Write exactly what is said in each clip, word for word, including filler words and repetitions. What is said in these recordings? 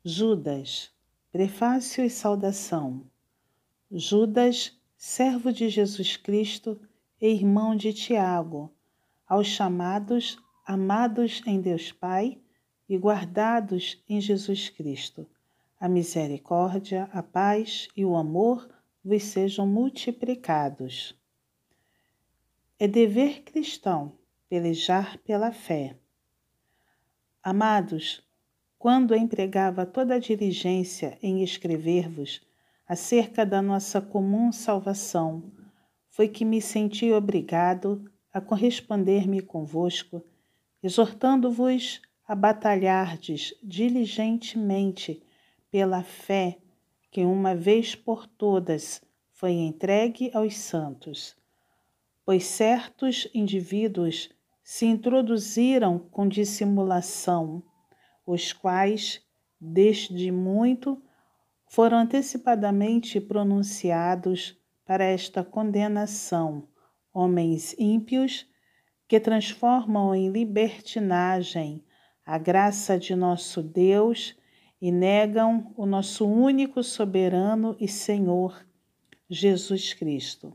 Judas, prefácio e saudação. Judas, servo de Jesus Cristo e irmão de Tiago, aos chamados, amados em Deus Pai e guardados em Jesus Cristo. A misericórdia, a paz e o amor vos sejam multiplicados. É dever cristão pelejar pela fé. Amados, quando empregava toda a diligência em escrever-vos acerca da nossa comum salvação, foi que me senti obrigado a corresponder-me convosco, exortando-vos a batalhardes diligentemente pela fé que uma vez por todas foi entregue aos santos. Pois certos indivíduos se introduziram com dissimulação, os quais, desde muito, foram antecipadamente pronunciados para esta condenação, homens ímpios que transformam em libertinagem a graça de nosso Deus e negam o nosso único soberano e Senhor, Jesus Cristo.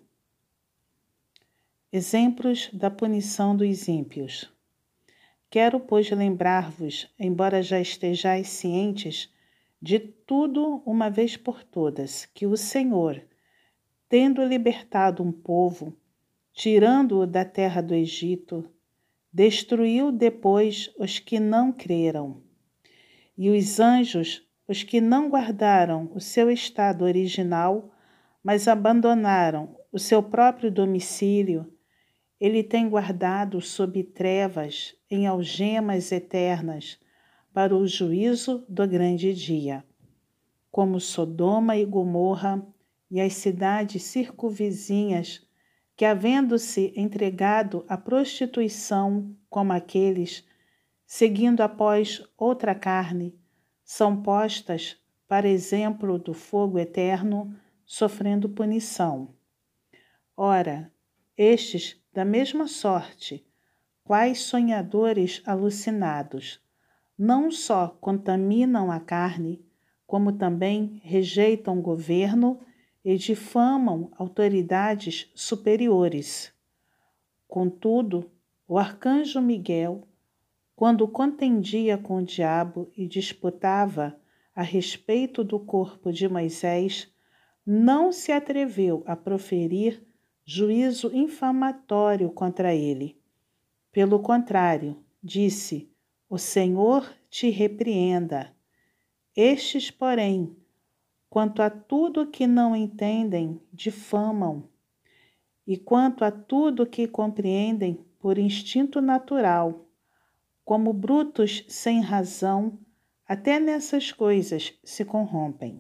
Exemplos da punição dos ímpios. Quero, pois, lembrar-vos, embora já estejais cientes de tudo uma vez por todas, que o Senhor, tendo libertado um povo, tirando-o da terra do Egito, destruiu depois os que não creram. E os anjos, os que não guardaram o seu estado original, mas abandonaram o seu próprio domicílio, ele tem guardado sob trevas, em algemas eternas, para o juízo do grande dia. Como Sodoma e Gomorra e as cidades circunvizinhas, que havendo-se entregado à prostituição como aqueles, seguindo após outra carne, são postas para exemplo do fogo eterno, sofrendo punição. Ora, estes, da mesma sorte, quais sonhadores alucinados, não só contaminam a carne, como também rejeitam governo e difamam autoridades superiores. Contudo, o arcanjo Miguel, quando contendia com o diabo e disputava a respeito do corpo de Moisés, não se atreveu a proferir juízo infamatório contra ele. Pelo contrário, disse: o Senhor te repreenda. Estes, porém, quanto a tudo que não entendem, difamam, e quanto a tudo que compreendem por instinto natural, como brutos sem razão, até nessas coisas se corrompem.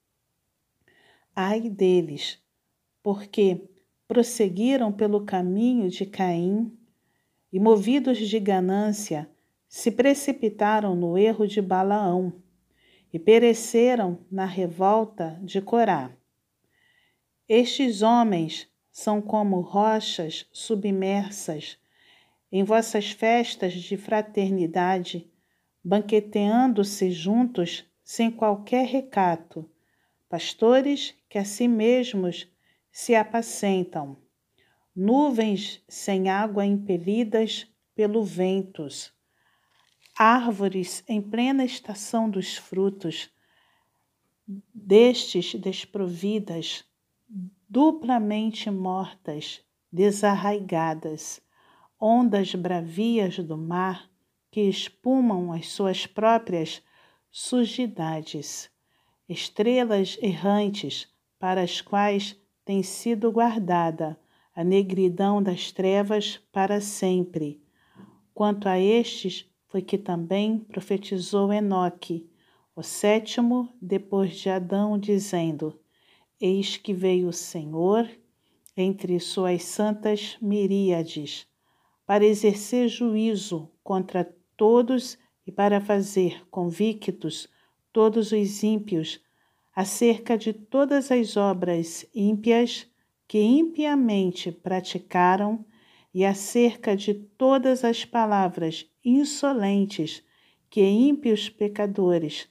Ai deles, porque prosseguiram pelo caminho de Caim e, movidos de ganância, se precipitaram no erro de Balaão e pereceram na revolta de Corá. Estes homens são como rochas submersas em vossas festas de fraternidade, banqueteando-se juntos sem qualquer recato, pastores que a si mesmos se apacentam, nuvens sem água impelidas pelo ventos, árvores em plena estação dos frutos, destes desprovidas, duplamente mortas, desarraigadas, ondas bravias do mar que espumam as suas próprias sujidades, estrelas errantes para as quais tem sido guardada a negridão das trevas para sempre. Quanto a estes, foi que também profetizou Enoque, o sétimo depois de Adão, dizendo: eis que veio o Senhor entre suas santas miríades, para exercer juízo contra todos e para fazer convictos todos os ímpios acerca de todas as obras ímpias que impiamente praticaram e acerca de todas as palavras insolentes que ímpios pecadores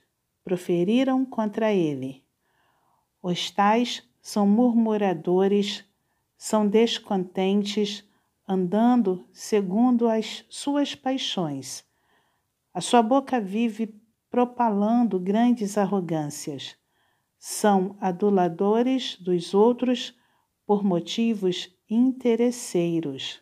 proferiram contra ele. Os tais são murmuradores, são descontentes, andando segundo as suas paixões. A sua boca vive propalando grandes arrogâncias. São aduladores dos outros por motivos interesseiros.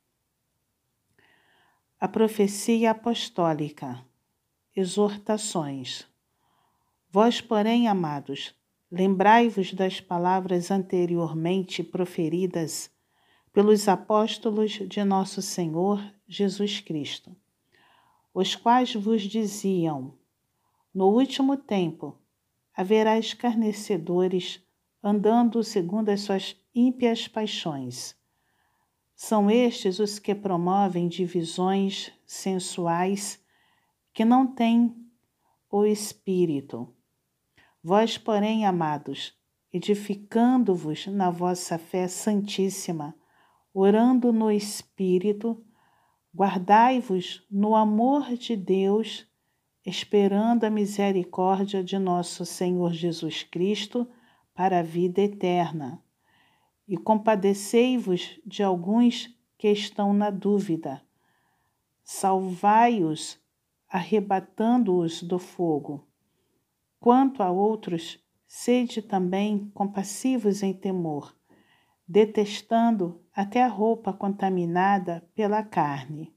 A profecia apostólica. Exortações. Vós, porém, amados, lembrai-vos das palavras anteriormente proferidas pelos apóstolos de nosso Senhor Jesus Cristo, os quais vos diziam: no último tempo haverá escarnecedores andando segundo as suas ímpias paixões. São estes os que promovem divisões sensuais que não têm o Espírito. Vós, porém, amados, edificando-vos na vossa fé santíssima, orando no Espírito, guardai-vos no amor de Deus, esperando a misericórdia de nosso Senhor Jesus Cristo para a vida eterna. E compadecei-vos de alguns que estão na dúvida. Salvai-os, arrebatando-os do fogo. Quanto a outros, sede também compassivos em temor, detestando até a roupa contaminada pela carne.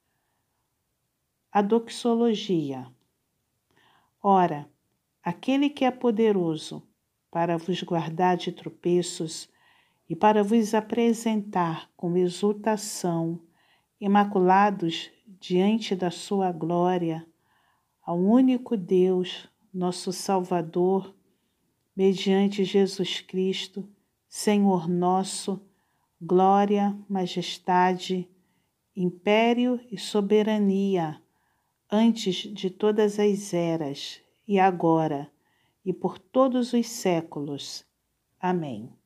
A doxologia. Ora, aquele que é poderoso para vos guardar de tropeços e para vos apresentar com exultação, imaculados diante da sua glória, ao único Deus, nosso Salvador, mediante Jesus Cristo, Senhor nosso, glória, majestade, império e soberania, antes de todas as eras, e agora, e por todos os séculos. Amém.